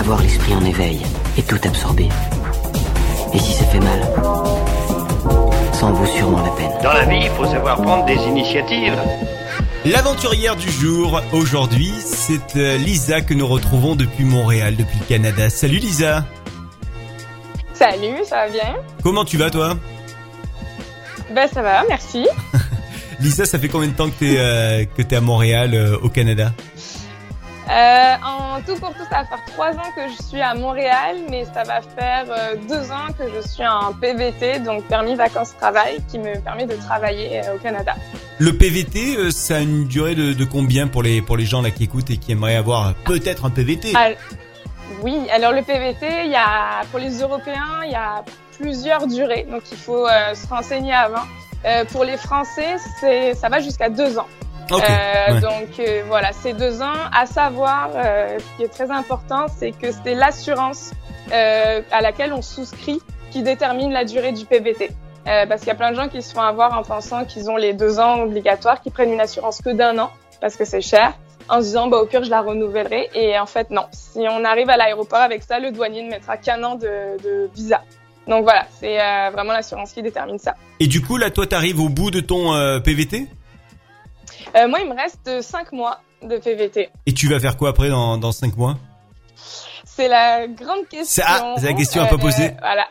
avoir l'esprit en éveil et tout absorber. Et si ça fait mal, ça en vaut sûrement la peine. Dans la vie, il faut savoir prendre des initiatives. L'aventurière du jour, aujourd'hui, c'est Lisa que nous retrouvons depuis Montréal, depuis le Canada. Salut Lisa. Salut, ça va bien? Comment tu vas toi? Ben ça va, merci. Lisa, ça fait combien de temps que t'es à Montréal, au Canada? En tout pour tout, ça va faire 3 ans que je suis à Montréal, mais ça va faire 2 ans que je suis en PVT, donc permis vacances-travail, qui me permet de travailler au Canada. Le PVT, ça a une durée de combien pour les gens là qui écoutent et qui aimeraient avoir peut-être un PVT? Oui, alors le PVT, pour les Européens, il y a plusieurs durées, donc il faut se renseigner avant. Pour les Français, ça va jusqu'à 2 ans. Okay, ouais. Donc voilà, c'est 2 ans. À savoir, ce qui est très important, c'est que c'est l'assurance à laquelle on souscrit qui détermine la durée du PVT. Parce qu'il y a plein de gens qui se font avoir en pensant qu'ils ont les 2 ans obligatoires, qui prennent une assurance que d'1 an parce que c'est cher, en se disant au pire je la renouvellerai. Et en fait non, si on arrive à l'aéroport avec ça, le douanier ne mettra qu'1 an de visa. Donc voilà, c'est vraiment l'assurance qui détermine ça. Et du coup là, toi t'arrives au bout de ton PVT? Moi, il me reste 5 mois de PVT. Et tu vas faire quoi après dans 5 mois? C'est la grande question. C'est la question à pas poser. Voilà.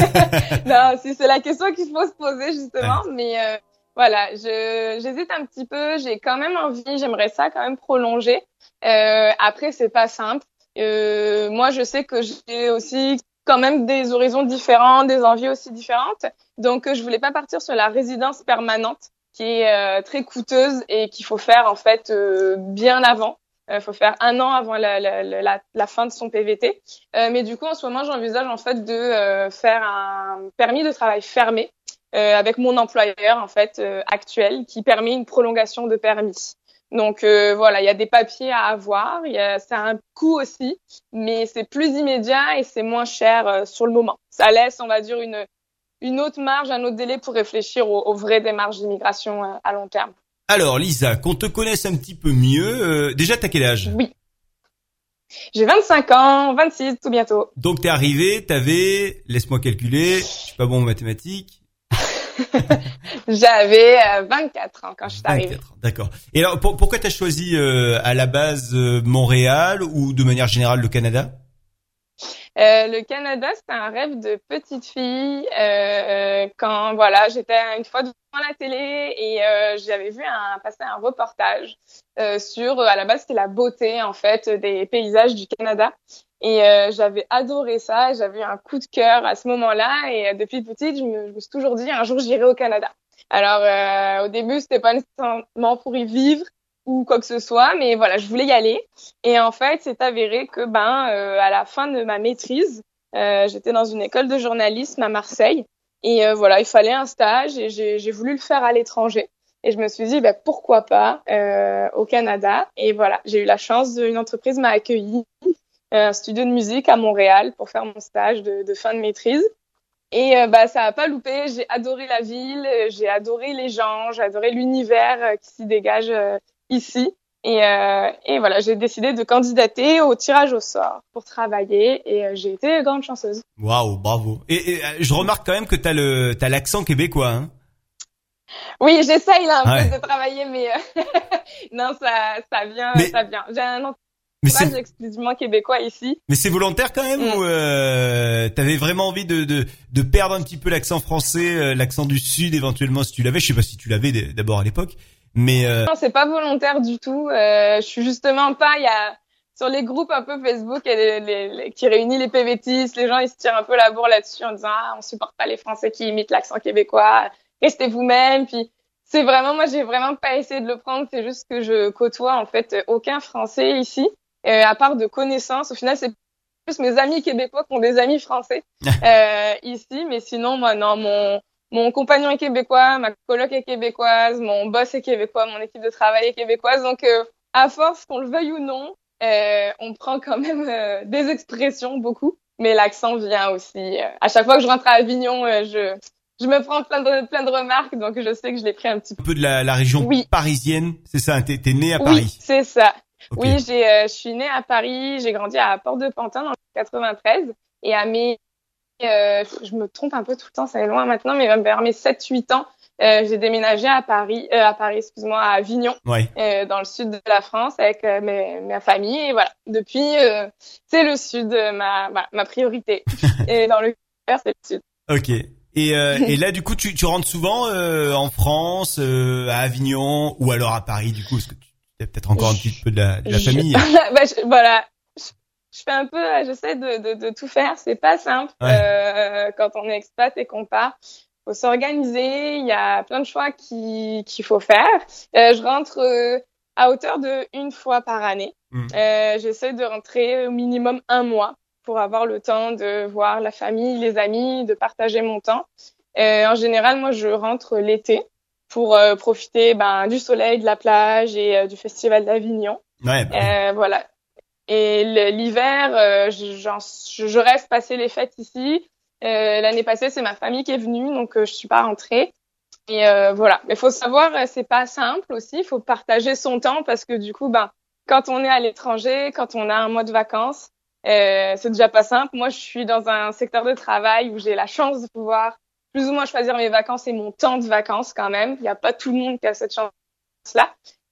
Non, si c'est la question qu'il faut se poser justement, ouais. Mais voilà, j'hésite un petit peu. J'ai quand même envie, j'aimerais ça quand même prolonger. Après, c'est pas simple. Moi, je sais que j'ai aussi quand même des horizons différents, des envies aussi différentes. Donc, je voulais pas partir sur la résidence permanente, qui est très coûteuse et qu'il faut faire en fait bien avant. Faut faire 1 an avant la fin de son PVT. Mais du coup, en ce moment, j'envisage en fait de faire un permis de travail fermé avec mon employeur en fait actuel, qui permet une prolongation de permis. Donc voilà, il y a des papiers à avoir. Ça a un coût aussi, mais c'est plus immédiat et c'est moins cher sur le moment. Ça laisse, on va dire, une autre marge, un autre délai pour réfléchir aux vraies démarches d'immigration à long terme. Alors Lisa, qu'on te connaisse un petit peu mieux, déjà t'as quel âge? Oui. J'ai 25 ans, 26 tout bientôt. Donc t'es arrivé, t'avais, laisse-moi calculer, je suis pas bon en mathématiques. J'avais 24 ans quand je suis arrivée. 24 ans, d'accord. Et alors pourquoi t'as choisi à la base Montréal ou de manière générale le Canada? Le Canada, c'était un rêve de petite fille. Quand voilà, j'étais une fois devant la télé et j'avais vu passer un reportage sur, à la base, c'était la beauté en fait des paysages du Canada. Et j'avais adoré ça. J'avais eu un coup de cœur à ce moment-là. Et depuis petite, je me suis toujours dit un jour j'irai au Canada. Alors au début, c'était pas nécessairement pour y vivre ou quoi que ce soit, mais voilà, je voulais y aller. Et en fait, c'est avéré que à la fin de ma maîtrise, j'étais dans une école de journalisme à Marseille et voilà, il fallait un stage et j'ai voulu le faire à l'étranger. Et je me suis dit pourquoi pas au Canada. Et voilà, j'ai eu la chance, une entreprise m'a accueilli, un studio de musique à Montréal pour faire mon stage de fin de maîtrise. Et ça a pas loupé, j'ai adoré la ville, j'ai adoré les gens, j'ai adoré l'univers qui s'y dégage ici. Et voilà, j'ai décidé de candidater au tirage au sort pour travailler et j'ai été grande chanceuse. Waouh, bravo. Et je remarque quand même que t'as l'accent québécois, hein. Oui, j'essaye là un peu de travailler, mais non, ça vient. J'ai un entourage exclusivement québécois ici. Mais c'est volontaire quand même ou t'avais vraiment envie de perdre un petit peu l'accent français, l'accent du Sud éventuellement si tu l'avais. Je sais pas si tu l'avais d'abord à l'époque. Mais non, c'est pas volontaire du tout. Je suis justement pas. Il y a sur les groupes un peu Facebook qui réunit les PVTistes, les gens ils se tirent un peu la bourre là-dessus en disant on supporte pas les Français qui imitent l'accent québécois. Restez vous-même. Puis c'est vraiment, moi j'ai vraiment pas essayé de le prendre. C'est juste que je côtoie en fait aucun Français ici, à part de connaissances. Au final, c'est plus mes amis québécois qui ont des amis français ici. Mais sinon, moi non, mon compagnon est québécois, ma coloc est québécoise, mon boss est québécois, mon équipe de travail est québécoise. Donc, à force qu'on le veuille ou non, on prend quand même des expressions, beaucoup. Mais l'accent vient aussi. À chaque fois que je rentre à Avignon, je me prends plein de remarques, donc je sais que je l'ai pris un petit peu. Un peu de la région parisienne, c'est ça, t'es né à Paris. Oui, c'est ça. Ok. Oui, je suis née à Paris, j'ai grandi à Port-de-Pantin dans le 93 et je me trompe un peu tout le temps, ça est loin maintenant, mais vers mes 7-8 ans, j'ai déménagé à Paris, excuse-moi, à Avignon, Ouais. dans le sud de la France avec ma famille. Et voilà, depuis, c'est le sud, ma priorité. Et dans le cœur, c'est le sud. Ok. Et là, du coup, tu rentres souvent en France, à Avignon, ou alors à Paris, du coup, parce que tu as peut-être encore un petit peu de la famille. Voilà. Je fais un peu, j'essaie de tout faire. C'est pas simple, quand on est expat et qu'on part. Faut s'organiser. Il y a plein de choix qu'il faut faire. Je rentre à hauteur de une fois par année. J'essaie de rentrer au minimum un mois pour avoir le temps de voir la famille, les amis, de partager mon temps. En général, moi, je rentre l'été pour profiter du soleil, de la plage et du festival d'Avignon. Ouais. Voilà. Et l'hiver, je reste passer les fêtes ici. L'année passée, c'est ma famille qui est venue, donc je suis pas rentrée. Et voilà. Mais faut savoir, c'est pas simple aussi. Il faut partager son temps parce que du coup, quand on est à l'étranger, quand on a un mois de vacances, c'est déjà pas simple. Moi, je suis dans un secteur de travail où j'ai la chance de pouvoir plus ou moins choisir mes vacances et mon temps de vacances quand même. Il n'y a pas tout le monde qui a cette chance-là.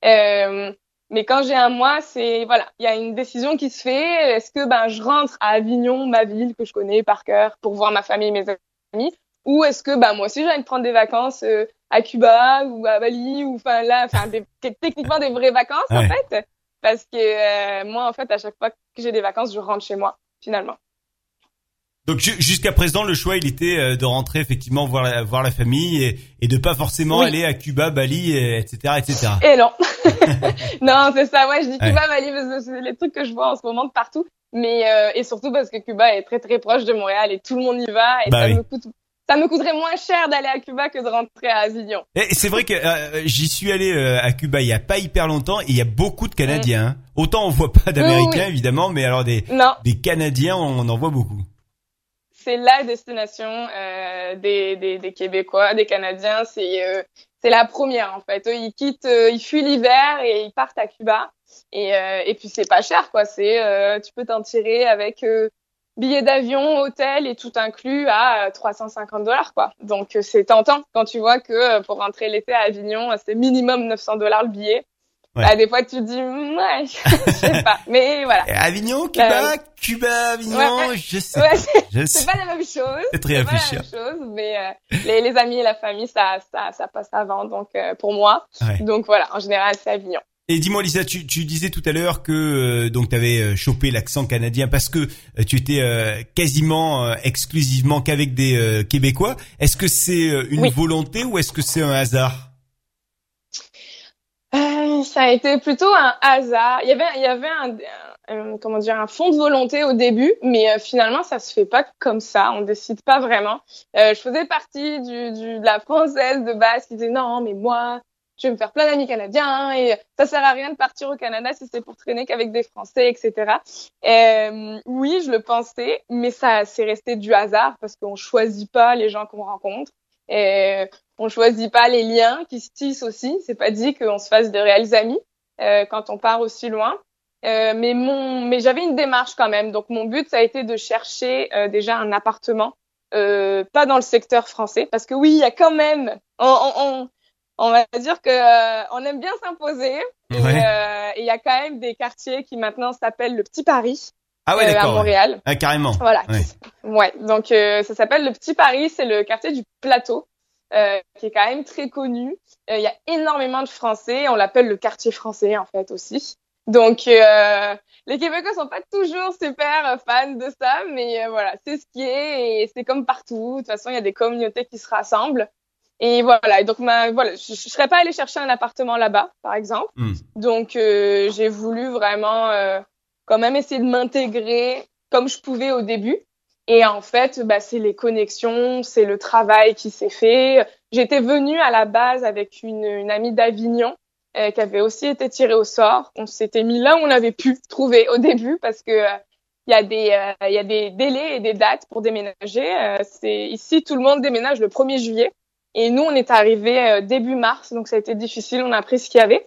Mais quand j'ai un mois, il y a une décision qui se fait. Est-ce que je rentre à Avignon, ma ville que je connais par cœur, pour voir ma famille et mes amis, ou est-ce que moi aussi j'ai envie de prendre des vacances à Cuba ou à Bali ou techniquement des vraies vacances en fait, parce que moi en fait à chaque fois que j'ai des vacances, je rentre chez moi finalement. Donc jusqu'à présent, le choix il était de rentrer effectivement voir la famille et de pas forcément aller à Cuba, Bali, etc., etc. Et non, non c'est ça. Ouais, je dis Cuba, Bali parce que c'est les trucs que je vois en ce moment de partout. Mais et surtout parce que Cuba est très très proche de Montréal et tout le monde y va et ça me coûterait moins cher d'aller à Cuba que de rentrer à Avignon. Et c'est vrai que j'y suis allé à Cuba il y a pas hyper longtemps et il y a beaucoup de Canadiens. Hein. Autant on voit pas d'Américains évidemment, mais alors des Canadiens on en voit beaucoup. C'est la destination des Québécois, des Canadiens. C'est la première en fait. Eux, ils fuient l'hiver et ils partent à Cuba. Et puis c'est pas cher quoi. Tu peux t'en tirer avec billets d'avion, hôtel et tout inclus à $350 quoi. Donc c'est tentant quand tu vois que pour rentrer l'été à Avignon, c'est minimum $900 le billet. Ouais. Des fois, tu te dis, je sais pas. Mais voilà. Avignon, Cuba, Avignon, je sais. Ouais, c'est pas la même chose. C'est très réfléchir. C'est pas la même chose, mais les amis et la famille, ça passe avant. Donc pour moi, donc voilà, en général, c'est Avignon. Et dis-moi, Lisa, tu disais tout à l'heure que donc t'avais chopé l'accent canadien parce que tu étais quasiment exclusivement qu'avec des Québécois. Est-ce que c'est une volonté ou est-ce que c'est un hasard? Ça a été plutôt un hasard. Il y avait un fond de volonté au début, mais finalement ça se fait pas comme ça. On décide pas vraiment. Je faisais partie de la française de base qui disait non, mais moi je vais me faire plein d'amis canadiens et ça sert à rien de partir au Canada si c'est pour traîner qu'avec des Français, etc. Oui, je le pensais, mais ça c'est resté du hasard parce qu'on choisit pas les gens qu'on rencontre. On choisit pas les liens qui se tissent aussi. C'est pas dit qu'on se fasse de réels amis quand on part aussi loin. Mais j'avais une démarche quand même. Donc mon but ça a été de chercher déjà un appartement, pas dans le secteur français, parce que oui, il y a quand même, on va dire que on aime bien s'imposer. Et il y a quand même des quartiers qui maintenant s'appellent le Petit Paris. Ah ouais, d'accord. À Montréal. Ah, carrément. Voilà. Donc ça s'appelle le Petit Paris, c'est le quartier du Plateau, qui est quand même très connu. Il y a énormément de Français, on l'appelle le quartier français en fait aussi. Donc les Québécois sont pas toujours super fans de ça, mais voilà, c'est ce qui est et c'est comme partout. De toute façon, il y a des communautés qui se rassemblent. Et voilà, et donc je serais pas allée chercher un appartement là-bas, par exemple. Donc j'ai voulu vraiment quand même essayer de m'intégrer comme je pouvais au début. Et en fait, c'est les connexions, c'est le travail qui s'est fait. J'étais venue à la base avec une amie d'Avignon qui avait aussi été tirée au sort. On s'était mis là où on avait pu trouver au début parce que il y a des délais et des dates pour déménager. C'est ici tout le monde déménage le 1er juillet et nous on est arrivés début mars, donc ça a été difficile. On a pris ce qu'il y avait.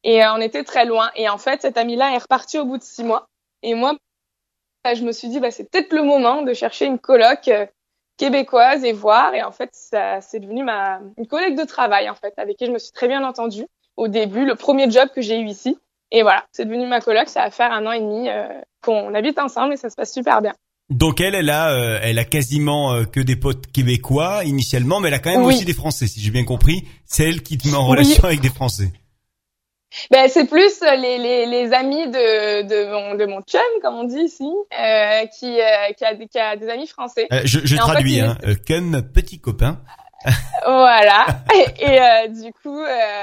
et on était très loin. Et en fait, cet ami-là est reparti au bout de 6 mois. Et moi, je me suis dit, c'est peut-être le moment de chercher une coloc québécoise et voir. Et en fait, ça, c'est devenu une collègue de travail, en fait, avec qui je me suis très bien entendue au début, le premier job que j'ai eu ici. Et voilà, c'est devenu ma coloc. Ça va faire 1 an et demi qu'on habite ensemble et ça se passe super bien. Donc elle a quasiment que des potes québécois initialement, mais elle a quand même aussi des Français, si j'ai bien compris. C'est elle qui te met en relation avec des Français. C'est plus les amis de mon chum, comme on dit ici, qui a des amis français. Je traduis, cum petit copain. Voilà. Et du coup,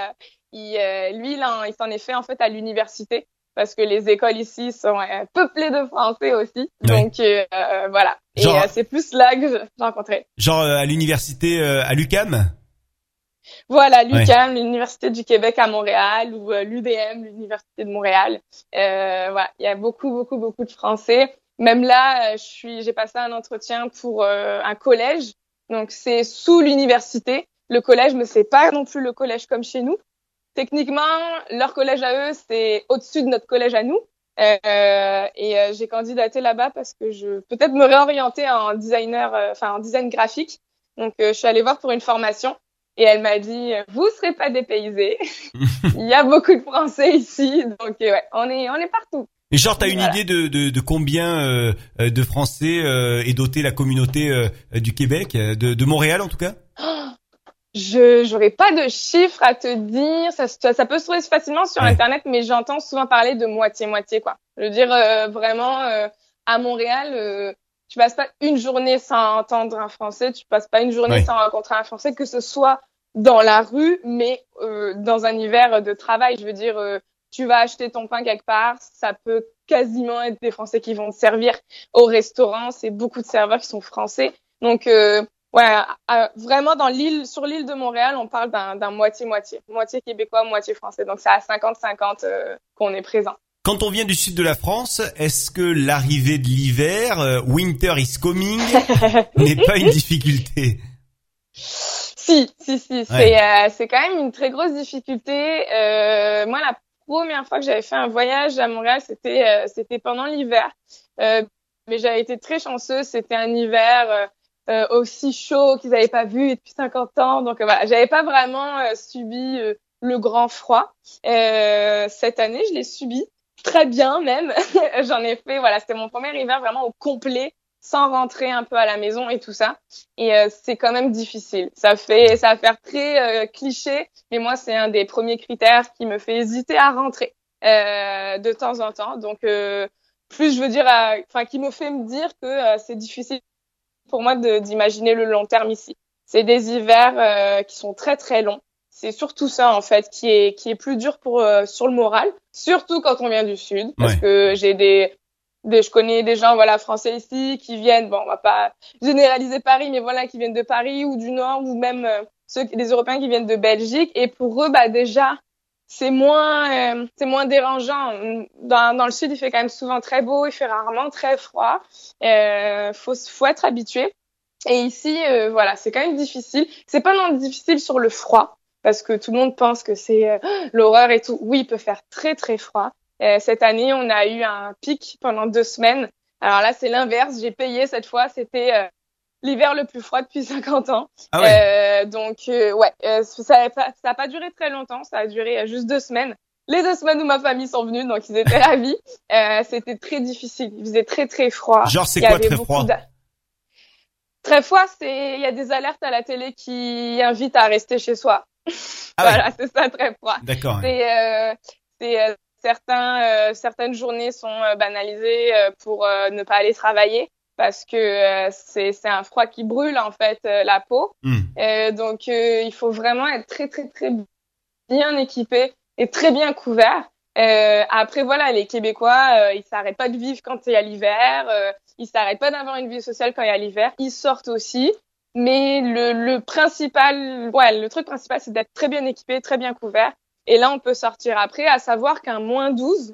lui, il s'en est fait en fait à l'université parce que les écoles ici sont peuplées de Français aussi. Oui. Donc voilà. Genre, et c'est plus là que j'ai rencontré. Genre à l'université à l'UQAM. Voilà, l'UQAM, l'Université du Québec à Montréal, ou l'UDM, l'Université de Montréal. Voilà, il y a beaucoup de Français. Même là, j'ai passé un entretien pour un collège. Donc c'est sous l'université. Le collège, mais c'est pas non plus le collège comme chez nous. Techniquement, leur collège à eux, c'est au-dessus de notre collège à nous. Et j'ai candidaté là-bas parce que je peut-être me réorienter en designer, en design graphique. Donc je suis allée voir pour une formation. Et elle m'a dit, vous serez pas dépaysés. Il y a beaucoup de Français ici. Donc, on est partout. Et genre, t'as une idée de combien de Français est dotée la communauté du Québec, de Montréal en tout cas? J'aurais pas de chiffres à te dire. Ça peut se trouver facilement sur Internet, mais j'entends souvent parler de moitié-moitié, quoi. Je veux dire, vraiment, à Montréal, tu passes pas une journée sans entendre un Français, tu passes pas une journée sans rencontrer un Français, que ce soit dans la rue, mais dans un univers de travail. Je veux dire, tu vas acheter ton pain quelque part, ça peut quasiment être des Français qui vont te servir au restaurant. C'est beaucoup de serveurs qui sont français. Donc, vraiment sur l'île de Montréal, on parle d'un moitié-moitié. Moitié québécois, moitié français. Donc, c'est à 50-50 qu'on est présent. Quand on vient du sud de la France, est-ce que l'arrivée de l'hiver, winter is coming, n'est pas une difficulté? Si. C'est quand même une très grosse difficulté. Moi, la première fois que j'avais fait un voyage à Montréal, c'était pendant l'hiver. Mais j'avais été très chanceuse. C'était un hiver aussi chaud qu'ils n'avaient pas vu depuis 50 ans. Donc voilà, j'avais pas vraiment subi le grand froid. Cette année, je l'ai subi. Très bien même. J'en ai fait, c'était mon premier hiver vraiment au complet, sans rentrer un peu à la maison et tout ça. Et c'est quand même difficile. Ça va faire très cliché, mais moi c'est un des premiers critères qui me fait hésiter à rentrer de temps en temps. Donc plus je veux dire, qui me fait me dire que c'est difficile pour moi d'imaginer le long terme ici. C'est des hivers qui sont très très longs. C'est surtout ça en fait qui est plus dur sur le moral, surtout quand on vient du sud, parce que je connais des gens français ici qui viennent, on va pas généraliser Paris, mais qui viennent de Paris ou du Nord, ou même les Européens qui viennent de Belgique, et pour eux déjà c'est moins dérangeant. Dans le sud, il fait quand même souvent très beau, il fait rarement très froid. Faut être habitué. Et ici c'est quand même difficile. C'est pas non difficile sur le froid, parce que tout le monde pense que c'est l'horreur et tout. Oui, il peut faire très très froid. Cette année, on a eu un pic pendant 2 semaines. Alors là, c'est l'inverse. J'ai payé cette fois. C'était l'hiver le plus froid depuis 50 ans. Ah ouais. Ça a pas duré très longtemps. Ça a duré juste 2 semaines. Les 2 semaines où ma famille sont venus, donc ils étaient ravis. C'était très difficile. Il faisait très très froid. Genre, c'est quoi très froid? Très froid, il y a des alertes à la télé qui invitent à rester chez soi. C'est ça, très froid. D'accord. Certaines journées sont banalisées pour ne pas aller travailler, parce que c'est un froid qui brûle en fait la peau. Donc il faut vraiment être très très très bien équipé et très bien couvert. Après les Québécois, ils s'arrêtent pas de vivre quand il y a l'hiver, ils s'arrêtent pas d'avoir une vie sociale quand il y a l'hiver, ils sortent aussi. Mais le truc principal, c'est d'être très bien équipé, très bien couvert. Et là, on peut sortir après, à savoir qu'un -12,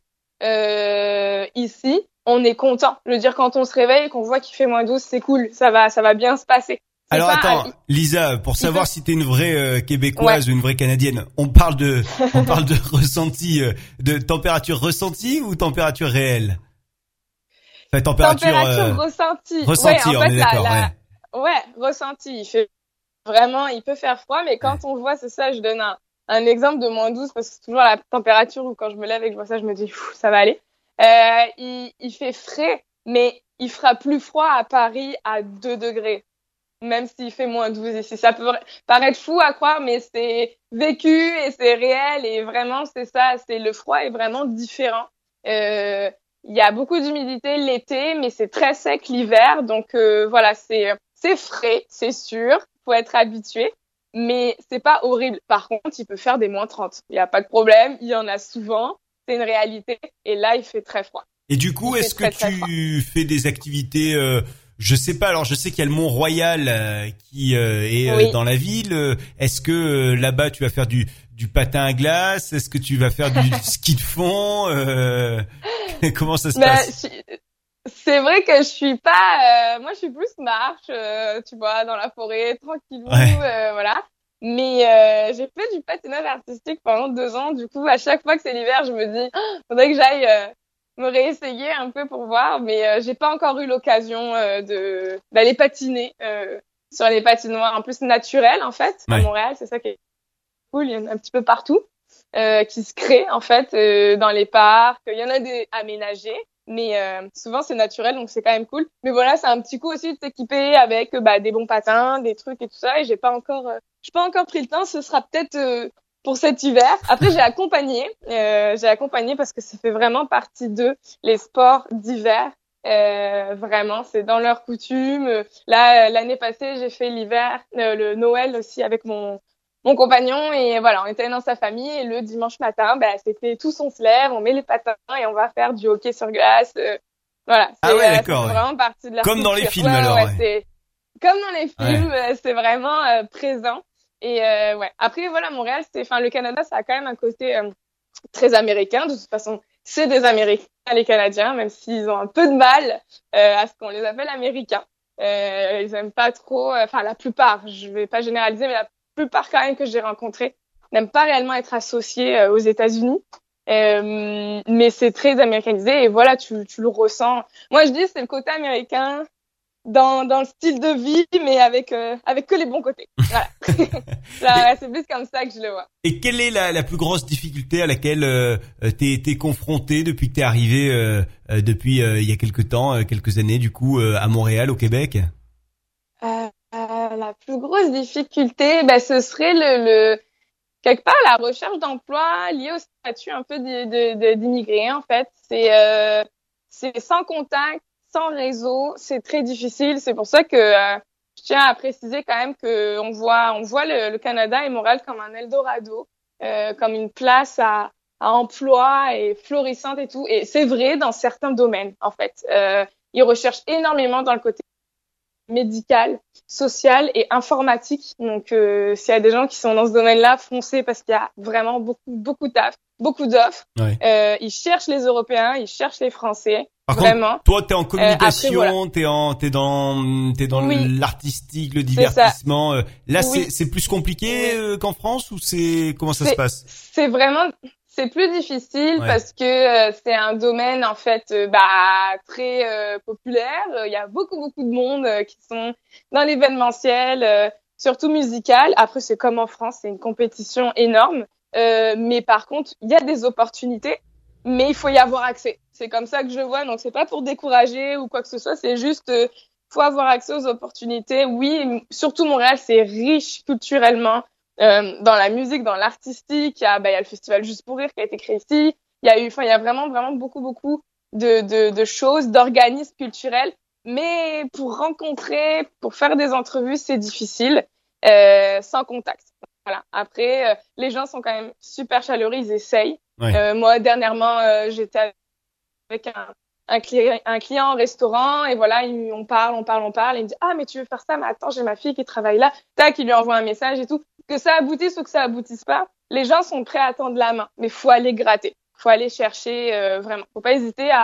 ici, on est content. Je veux dire, quand on se réveille et qu'on voit qu'il fait -12, c'est cool. Ça va bien se passer. Alors attends, Lisa, pour savoir si t'es une vraie Québécoise ou une vraie Canadienne, on parle de ressenti, de température ressentie ou température réelle? Enfin, température ressentie. Ressentie, ouais, on est d'accord, ouais, ressentie. Il peut faire froid, mais quand on voit, c'est ça, je donne un exemple de -12 parce que c'est toujours la température où quand je me lève et que je vois ça, je me dis, ça va aller. Il fait frais, mais il fera plus froid à Paris à 2 degrés. Même s'il fait -12 ici. Ça peut paraître fou à croire, mais c'est vécu et c'est réel et vraiment, c'est ça. Le froid est vraiment différent. Il y a beaucoup d'humidité l'été, mais c'est très sec l'hiver. Donc, voilà, c'est frais, c'est sûr. Faut être habitué. Mais c'est pas horrible. Par contre, il peut faire des -30. Il y a pas de problème. Il y en a souvent. C'est une réalité. Et là, il fait très froid. Et du coup, est-ce que tu fais des activités, je sais pas, alors je sais qu'il y a le Mont-Royal qui est dans la ville. Est-ce que là-bas tu vas faire du patin à glace? Est-ce que tu vas faire du ski de fond? Comment ça se passe? C'est vrai que je suis pas moi je suis plus marche, tu vois, dans la forêt, tranquillou, voilà. Mais j'ai fait du patinage artistique pendant 2 ans. Du coup, à chaque fois que c'est l'hiver, je me dis faudrait que j'aille me réessayer un peu pour voir, mais j'ai pas encore eu l'occasion d'aller patiner sur les patinoires en plus naturelles en fait à Montréal. C'est ça qui est cool, il y en a un petit peu partout qui se créent en fait dans les parcs. Il y en a des aménagés, mais souvent c'est naturel, donc c'est quand même cool. Mais voilà, c'est un petit coup aussi de s'équiper avec des bons patins, des trucs et tout ça. Et j'ai pas encore pris le temps. Ce sera peut-être pour cet hiver. Après, j'ai accompagné parce que ça fait vraiment partie les sports d'hiver. Vraiment, c'est dans leur coutume. Là, l'année passée, j'ai fait l'hiver, le Noël aussi avec mon compagnon et voilà, on était dans sa famille et le dimanche matin, c'était tous on se lève, on met les patins et on va faire du hockey sur glace. Voilà, c'est vraiment partie de leur comme culture. Dans les films alors. C'est comme dans les films, c'est vraiment présent. Et après voilà, Montréal, le Canada, ça a quand même un côté très américain. De toute façon, c'est des Américains les Canadiens, même s'ils ont un peu de mal à ce qu'on les appelle Américains. Ils aiment pas trop, la plupart, je vais pas généraliser, mais la plupart quand même que j'ai rencontrés n'aiment pas réellement être associés aux États-Unis. Mais c'est très américanisé et voilà, tu le ressens. Moi, je dis c'est le côté américain dans le style de vie, mais avec que les bons côtés. Voilà. C'est plus comme ça que je le vois. Et quelle est la plus grosse difficulté à laquelle t'es confronté depuis que t'es arrivé depuis il y a quelques années du coup à Montréal au Québec? La plus grosse difficulté, ce serait quelque part la recherche d'emploi liée au statut un peu d'immigré en fait. C'est sans contact, sans réseau, c'est très difficile. C'est pour ça que je tiens à préciser quand même que on voit le Canada et Montréal comme un Eldorado, comme une place à emploi et florissante et tout. Et c'est vrai dans certains domaines en fait. Ils recherchent énormément dans le côté médical, social et informatique. Donc, s'il y a des gens qui sont dans ce domaine-là, foncez parce qu'il y a vraiment beaucoup de taf, beaucoup d'offres. Ils cherchent les Européens, ils cherchent les Français. Par vraiment. Contre, toi, t'es en communication, après, voilà. t'es dans l'artistique, le divertissement. Là, c'est plus compliqué qu'en France ou comment ça se passe? C'est plus difficile parce que c'est un domaine en fait très populaire. Il y a beaucoup de monde qui sont dans l'événementiel, surtout musical. Après c'est comme en France, c'est une compétition énorme. Mais par contre, il y a des opportunités, mais il faut y avoir accès. C'est comme ça que je vois. Donc c'est pas pour décourager ou quoi que ce soit, c'est juste faut avoir accès aux opportunités. Oui, surtout Montréal, c'est riche culturellement. Dans la musique, dans l'artistique, il y a le festival Juste pour rire qui a été créé ici. Il y a vraiment beaucoup de choses, d'organismes culturels. Mais pour rencontrer, pour faire des entrevues, c'est difficile, sans contact. Voilà. Après, les gens sont quand même super chaleureux, ils essayent. Moi, dernièrement, j'étais avec un client en restaurant et voilà, on parle, il me dit mais tu veux faire ça, mais attends, j'ai ma fille qui travaille là. Tac, il lui envoie un message et tout. Que ça aboutisse ou que ça aboutisse pas, les gens sont prêts à tendre la main, mais faut aller gratter, faut aller chercher vraiment. Faut pas hésiter à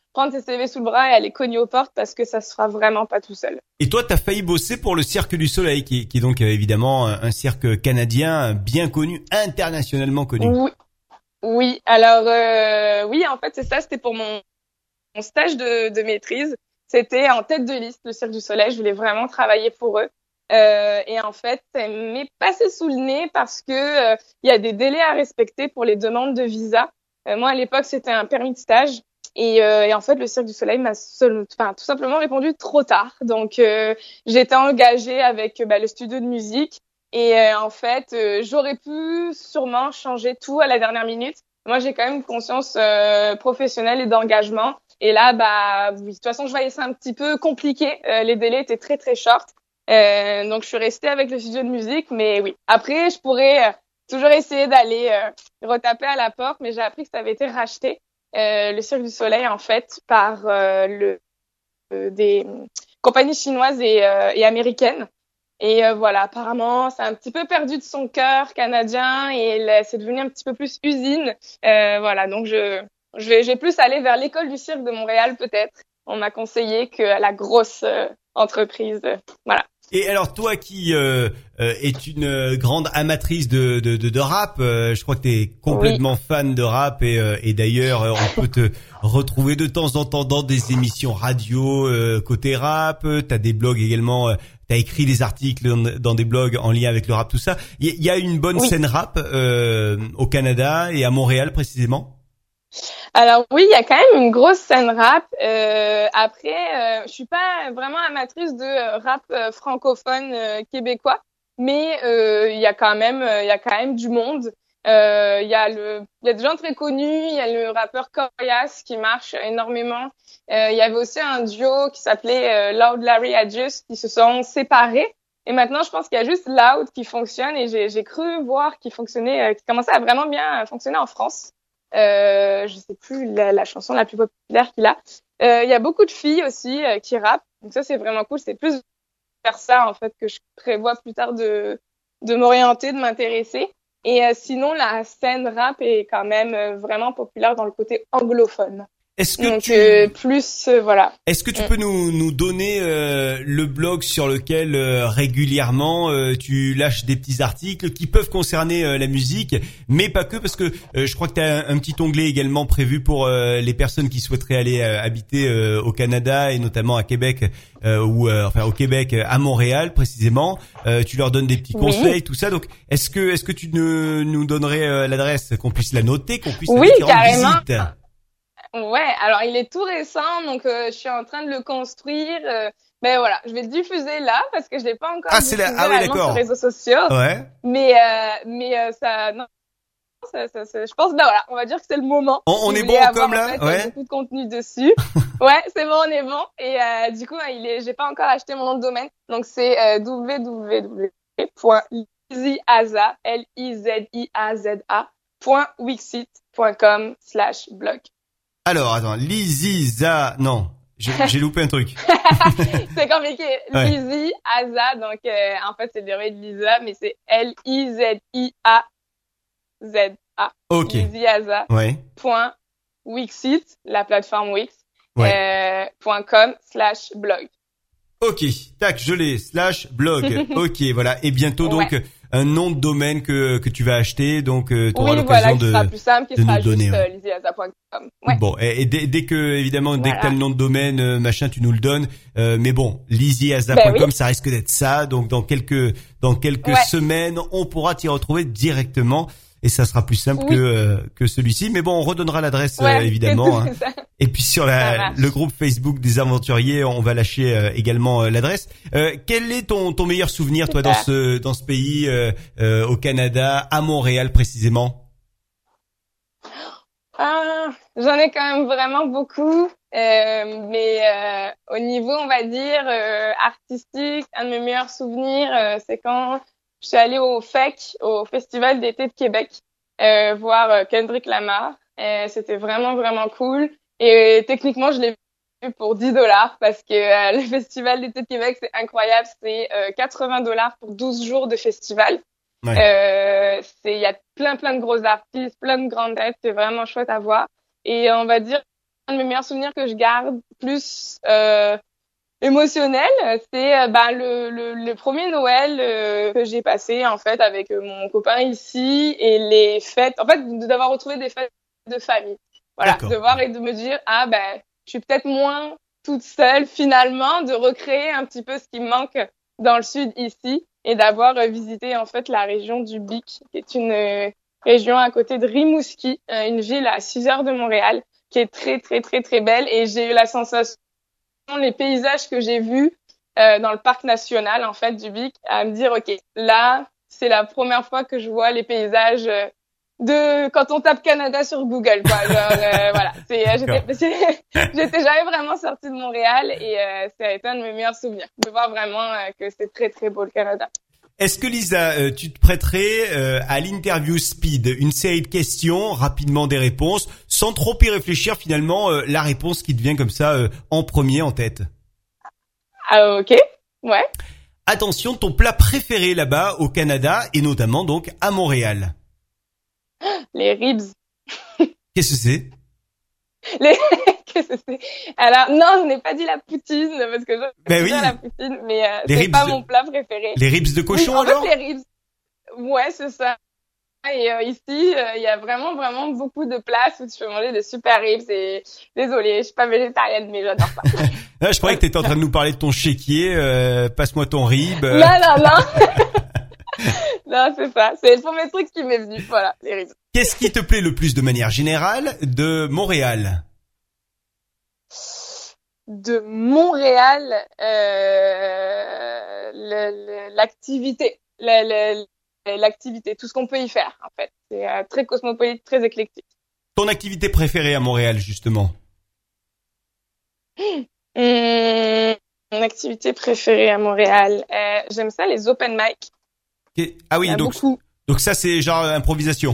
prendre ses CV sous le bras et aller cogner aux portes parce que ça se fera vraiment pas tout seul. Et toi, t'as failli bosser pour le Cirque du Soleil, qui est donc évidemment un cirque canadien bien connu, internationalement connu. Oui, oui. Alors oui, en fait, c'est ça. C'était pour mon stage de maîtrise. C'était en tête de liste, le Cirque du Soleil. Je voulais vraiment travailler pour eux. Et en fait, ça m'est passé sous le nez parce que il y a des délais à respecter pour les demandes de visa. Moi, à l'époque, c'était un permis de stage. Et en fait, le Cirque du Soleil m'a tout simplement répondu trop tard. Donc, j'étais engagée avec le studio de musique. Et en fait, j'aurais pu sûrement changer tout à la dernière minute. Moi, j'ai quand même une conscience professionnelle et d'engagement. Et là, oui, de toute façon, je voyais ça un petit peu compliqué. Les délais étaient très, très short. Donc, je suis restée avec le studio de musique. Mais oui, après, je pourrais toujours essayer d'aller retaper à la porte. Mais j'ai appris que ça avait été racheté. Le Cirque du Soleil, en fait, par des compagnies chinoises et américaines. Et voilà, apparemment, ça a un petit peu perdu de son cœur canadien et c'est devenu un petit peu plus usine. Voilà, donc je vais plus aller vers l'école du cirque de Montréal peut-être. On m'a conseillé que la grosse entreprise. Voilà. Et alors toi qui est une grande amatrice de rap, je crois que t'es complètement fan de rap et d'ailleurs on peut te retrouver de temps en temps dans des émissions radio côté rap. T'as des blogs également. T'as écrit des articles dans des blogs en lien avec le rap, tout ça. Il y a une bonne scène rap au Canada et à Montréal précisément. Alors oui, il y a quand même une grosse scène rap. Après, je suis pas vraiment amatrice de rap francophone québécois, mais il y a quand même du monde. Il y a des gens très connus. Il y a le rappeur Corias qui marche énormément. Il y avait aussi un duo qui s'appelait Loud Larry Adjust qui se sont séparés. Et maintenant, je pense qu'il y a juste Loud qui fonctionne et j'ai cru voir qu'il fonctionnait, qu'il commençait à vraiment bien fonctionner en France. Je sais plus la chanson la plus populaire qu'il a. Il y a beaucoup de filles aussi qui rappent. Donc ça, c'est vraiment cool. C'est plus vers ça, en fait, que je prévois plus tard de m'orienter, de m'intéresser. Et sinon, la scène rap est quand même vraiment populaire dans le côté anglophone. Est-ce que Est-ce que tu peux nous donner le blog sur lequel régulièrement tu lâches des petits articles qui peuvent concerner la musique, mais pas que, parce que je crois que tu as un petit onglet également prévu pour les personnes qui souhaiteraient aller habiter au Canada et notamment à Québec enfin au Québec, à Montréal précisément. Tu leur donnes des petits conseils, tout ça. Donc est-ce que tu nous donnerais l'adresse, qu'on puisse la noter, qu'on puisse aller rendre visite? Ouais, alors il est tout récent, donc je suis en train de le construire. Mais voilà, je vais le diffuser là parce que je l'ai pas encore diffusé sur les réseaux sociaux. Ouais. Mais ça, non, je pense, voilà, on va dire que c'est le moment. On est bon comme là, ouais. Beaucoup de contenu dessus. Ouais, c'est bon, on est bon. Et du coup, j'ai pas encore acheté mon nom de domaine, donc c'est www.liziaza.wixsite.com/blog. Alors, attends, Liziza, non, j'ai loupé un truc. C'est compliqué. Ouais. Lizzy Aza, donc en fait c'est le dérivé de Lisa, mais c'est Liziaza. Ok. Lizyaza. Ouais. .wixsite, la plateforme Wix. Ouais. .com/blog. Ok, tac, je l'ai, /blog. Ok, voilà. Et bientôt donc un nom de domaine que tu vas acheter, donc tu auras l'occasion de sera plus simple, de nous donner. liziaza.com. Ouais. Bon, et dès que t'as le nom de domaine, machin, tu nous le donnes. Mais bon, liziaza.com, ça risque d'être ça. Donc dans quelques semaines, on pourra t'y retrouver directement. Et ça sera plus simple que celui-ci. Mais bon, on redonnera l'adresse évidemment. Hein. Et puis sur le groupe Facebook des aventuriers, on va lâcher également l'adresse. Quel est ton meilleur souvenir, toi, dans ce pays, au Canada, à Montréal précisément? J'en ai quand même vraiment beaucoup. Mais au niveau, on va dire, artistique, un de mes meilleurs souvenirs, c'est quand je suis allée au FEC, au Festival d'été de Québec, voir Kendrick Lamar. C'était vraiment, vraiment cool. Et techniquement, je l'ai vu pour $10 parce que le Festival d'été de Québec, c'est incroyable. C'est $80 pour 12 jours de festival. Ouais. Il y a plein de gros artistes, plein de grandes têtes. C'est vraiment chouette à voir. Et on va dire de mes meilleurs souvenirs que je garde plus émotionnel, c'est le premier Noël que j'ai passé en fait avec mon copain ici et les fêtes, en fait d'avoir retrouvé des fêtes de famille. Voilà, D'accord. de voir et de me dire je suis peut-être moins toute seule finalement, de recréer un petit peu ce qui me manque dans le sud ici et d'avoir visité en fait la région du Bic, qui est une région à côté de Rimouski, une ville à 6 heures de Montréal, qui est très très très très belle, et j'ai eu la sensation, les paysages que j'ai vus dans le parc national en fait du Bic, à me dire ok, là c'est la première fois que je vois les paysages de quand on tape Canada sur Google, quoi. Genre voilà, j'étais jamais vraiment sortie de Montréal, et ça a été un de mes meilleurs souvenirs de voir vraiment que c'est très très beau le Canada. Est-ce que Lisa, tu te prêterais à l'interview speed, une série de questions, rapidement des réponses, sans trop y réfléchir finalement, la réponse qui te vient comme ça en premier en tête? Ah ok, ouais. Attention, ton plat préféré là-bas au Canada et notamment donc à Montréal? Les ribs. Qu'est-ce que c'est? Qu'est-ce que c'est? Alors, non, je n'ai pas dit la poutine, parce que j'aime bien la poutine, mais c'est pas mon plat préféré. Les ribs de cochon, oui, alors? En fait, les ribs. Ouais, c'est ça. Et ici, il y a vraiment, vraiment beaucoup de places où tu peux manger de super ribs, et désolée, je suis pas végétarienne, mais j'adore ça. Ah, je croyais que t'étais en train de nous parler de ton chéquier, passe-moi ton rib. Non. Non, c'est ça. C'est le premier truc qui m'est venu. Voilà, les ribs. Qu'est-ce qui te plaît le plus de manière générale de Montréal? De Montréal, l'activité, l'activité, tout ce qu'on peut y faire en fait. C'est très cosmopolite, très éclectique. Ton activité préférée à Montréal justement? Mon activité préférée à Montréal, j'aime ça, les open mic. Ah oui, donc ça c'est genre improvisation.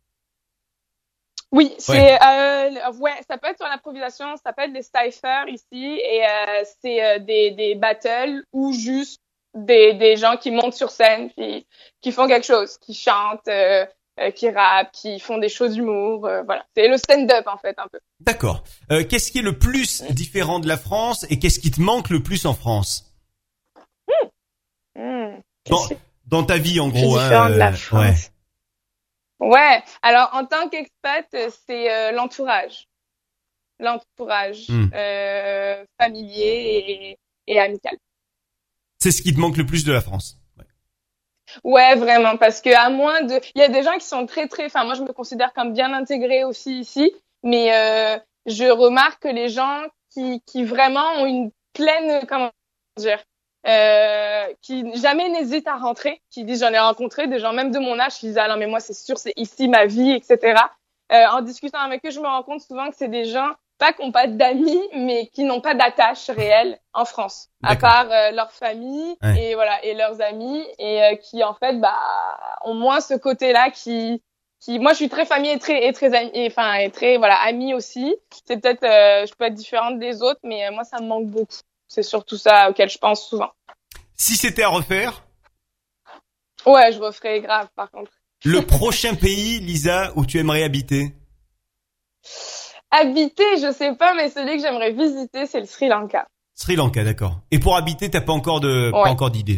Oui, c'est ça peut être sur l'improvisation, ça peut être des cyphers ici, et c'est des battles ou juste des gens qui montent sur scène puis qui font quelque chose, qui chantent, qui rappent, qui font des shows d'humour, voilà. C'est le stand-up en fait un peu. D'accord. Qu'est-ce qui est le plus différent de la France et qu'est-ce qui te manque le plus en France? Dans ta vie en gros, différent de la France. Ouais, alors en tant qu'expat, c'est l'entourage. L'entourage familier et amical. C'est ce qui te manque le plus de la France. Ouais, vraiment, parce que à moins de, il y a des gens qui sont très très, enfin moi je me considère comme bien intégrée aussi ici, mais je remarque que les gens qui vraiment ont une pleine, comment dire, qui jamais n'hésitent à rentrer, qui disent, j'en ai rencontré des gens même de mon âge qui disent, ah non mais moi c'est sûr, c'est ici ma vie, etc. En discutant avec eux, je me rends compte souvent que c'est des gens pas qui n'ont pas d'amis, mais qui n'ont pas d'attache réelle en France, à part leur famille et voilà, et leurs amis, et qui en fait ont moins ce côté-là qui moi je suis très famille et très amie, et très voilà, amie aussi. C'est peut-être je peux être différente des autres, mais moi ça me manque beaucoup. C'est surtout ça auquel je pense souvent. Si c'était à refaire? Ouais, je referais grave par contre. Le prochain pays, Lisa, où tu aimerais habiter? Habiter, je sais pas, mais celui que j'aimerais visiter, c'est le Sri Lanka. Sri Lanka, d'accord. Et pour habiter, t'as pas encore d'idée?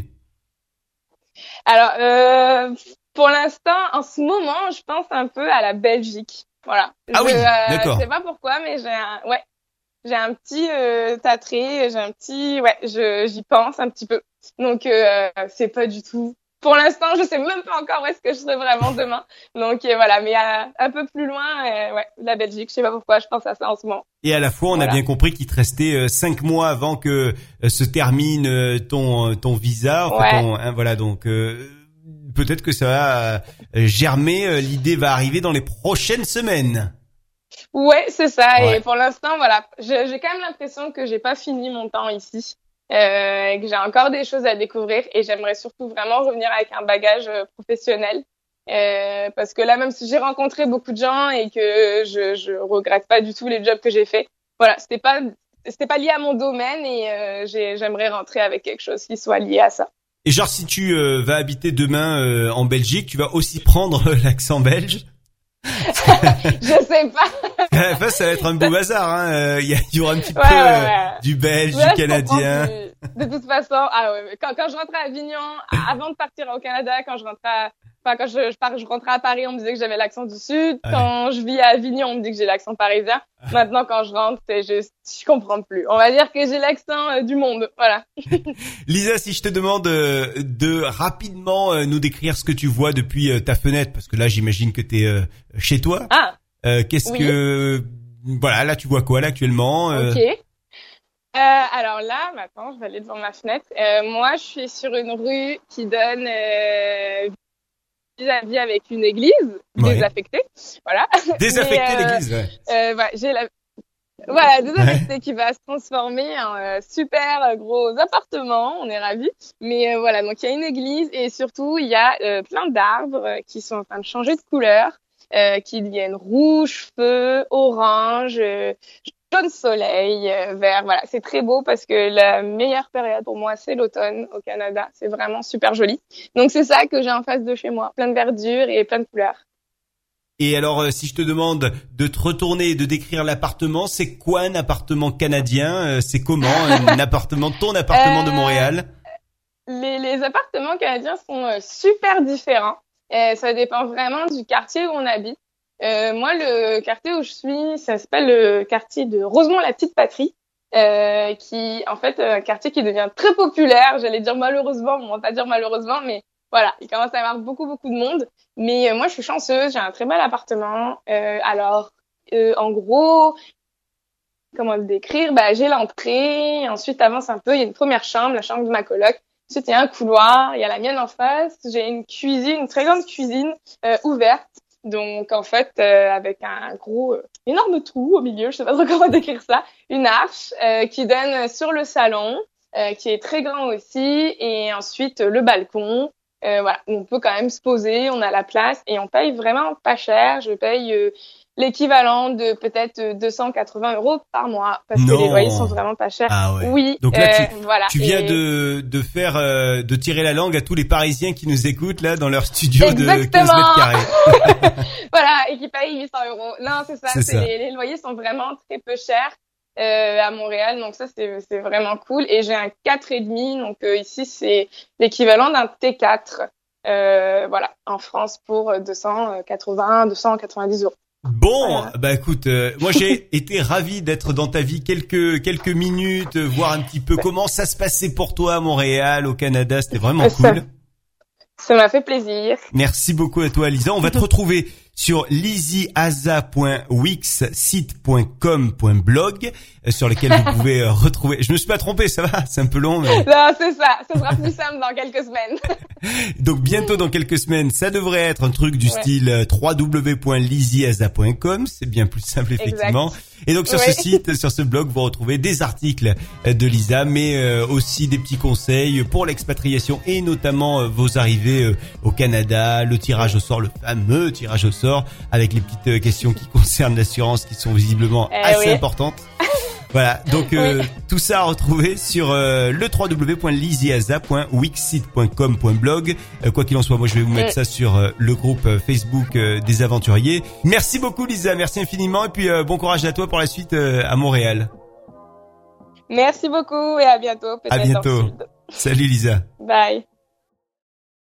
Alors, pour l'instant, en ce moment, je pense un peu à la Belgique. Voilà. Oui, d'accord. Je sais pas pourquoi, mais j'ai un petit attrait, j'y pense un petit peu. Donc c'est pas du tout. Pour l'instant, je sais même pas encore où est-ce que je serai vraiment demain. Donc voilà, mais un peu plus loin, la Belgique. Je sais pas pourquoi je pense à ça en ce moment. Et à la fois, on a bien compris qu'il te restait 5 mois avant que se termine ton visa. Voilà, donc peut-être que ça va germer. L'idée va arriver dans les prochaines semaines. Ouais, c'est ça. Ouais. Et pour l'instant, voilà, j'ai quand même l'impression que j'ai pas fini mon temps ici, que j'ai encore des choses à découvrir, et j'aimerais surtout vraiment revenir avec un bagage professionnel, parce que là, même si j'ai rencontré beaucoup de gens et que je regrette pas du tout les jobs que j'ai fait, voilà, c'était pas lié à mon domaine, et j'aimerais rentrer avec quelque chose qui soit lié à ça. Et genre, si tu vas habiter demain en Belgique, tu vas aussi prendre l'accent belge? Je sais pas. Enfin, ça va être un beau bazar. Hein. Il y aura un petit peu du belge, Ouais, du canadien. De toute façon, quand je rentrais à Avignon, avant de partir au Canada, quand je rentrais à Paris, on me disait que j'avais l'accent du Sud. Ouais. Quand je vis à Avignon, on me dit que j'ai l'accent parisien. Maintenant, quand je rentre, c'est juste, je comprends plus. On va dire que j'ai l'accent du monde. Voilà. Lisa, si je te demande de rapidement nous décrire ce que tu vois depuis ta fenêtre, parce que là, j'imagine que t'es chez toi. Qu'est-ce que voilà, là, tu vois quoi là actuellement Ok. Alors là, maintenant, je vais aller devant ma fenêtre. Moi, je suis sur une rue qui donne vis-à-vis avec une église désaffectée. Voilà. Désaffecter l'église, ouais. Voilà, désaffectée qui va se transformer en super gros appartement. On est ravis. Mais voilà, donc il y a une église et surtout il y a plein d'arbres qui sont en train de changer de couleur, qui deviennent rouge, feu, orange, jaune soleil, vert. Voilà, c'est très beau parce que la meilleure période pour moi, c'est l'automne au Canada. C'est vraiment super joli. Donc c'est ça que j'ai en face de chez moi, plein de verdure et plein de couleurs. Et alors, si je te demande de te retourner et de décrire l'appartement, c'est quoi un appartement canadien? C'est comment ton appartement de Montréal? Les appartements canadiens sont super différents. Ça dépend vraiment du quartier où on habite. Moi, le quartier où je suis, ça s'appelle le quartier de Rosemont-la-Petite-Patrie, qui, en fait, un quartier qui devient très populaire. J'allais dire malheureusement, on va pas dire malheureusement, mais voilà, il commence à y avoir beaucoup de monde. Mais moi, je suis chanceuse, j'ai un très bel appartement. En gros, comment le décrire? J'ai l'entrée, ensuite avance un peu, il y a une première chambre, la chambre de ma coloc. Ensuite, il y a un couloir, il y a la mienne en face. J'ai une cuisine, une très grande cuisine ouverte. Donc, en fait, avec un gros, énorme trou au milieu, je sais pas trop comment décrire ça, une arche qui donne sur le salon, qui est très grand aussi, et ensuite le balcon. Voilà, on peut quand même se poser, on a la place et on paye vraiment pas cher. Je paye l'équivalent de peut-être 280 € par mois parce que les loyers sont vraiment pas chers. Ah ouais. Oui. Donc là, tu viens de tirer la langue à tous les Parisiens qui nous écoutent là dans leur studio de 15 mètres carrés. Voilà, et qui payent 800 €. Non, c'est ça. Les loyers sont vraiment très peu chers. À Montréal, donc ça c'est vraiment cool. Et j'ai un 4,5, donc ici c'est l'équivalent d'un T4, voilà, en France pour 290 €. Bon, voilà. Écoute, moi j'ai été ravi d'être dans ta vie quelques minutes, voir un petit peu comment ça se passait pour toi à Montréal, au Canada, c'était vraiment cool. Ça m'a fait plaisir. Merci beaucoup à toi Lisa. On va te retrouver sur lizyaza.wixsite.com.blog sur lequel vous pouvez retrouver. Je me suis pas trompé, ça va, c'est un peu long mais non, c'est ça, ça sera plus simple dans quelques semaines. Donc bientôt dans quelques semaines, ça devrait être un truc du style www.lizyaza.com, c'est bien plus simple effectivement. Exact. Et donc sur ce site, sur ce blog, vous retrouvez des articles de Lisa mais aussi des petits conseils pour l'expatriation et notamment vos arrivées au Canada, le tirage au sort, le fameux tirage au sort avec les petites questions qui concernent l'assurance qui sont visiblement assez importantes. Voilà, donc tout ça à retrouver sur le www.lizyaza.wixsite.com.blog. Quoi qu'il en soit, moi je vais vous mettre ça sur le groupe Facebook des aventuriers. Merci beaucoup Lisa, merci infiniment et puis bon courage à toi pour la suite à Montréal. Merci beaucoup et à bientôt. À bientôt. Salut Lisa. Bye.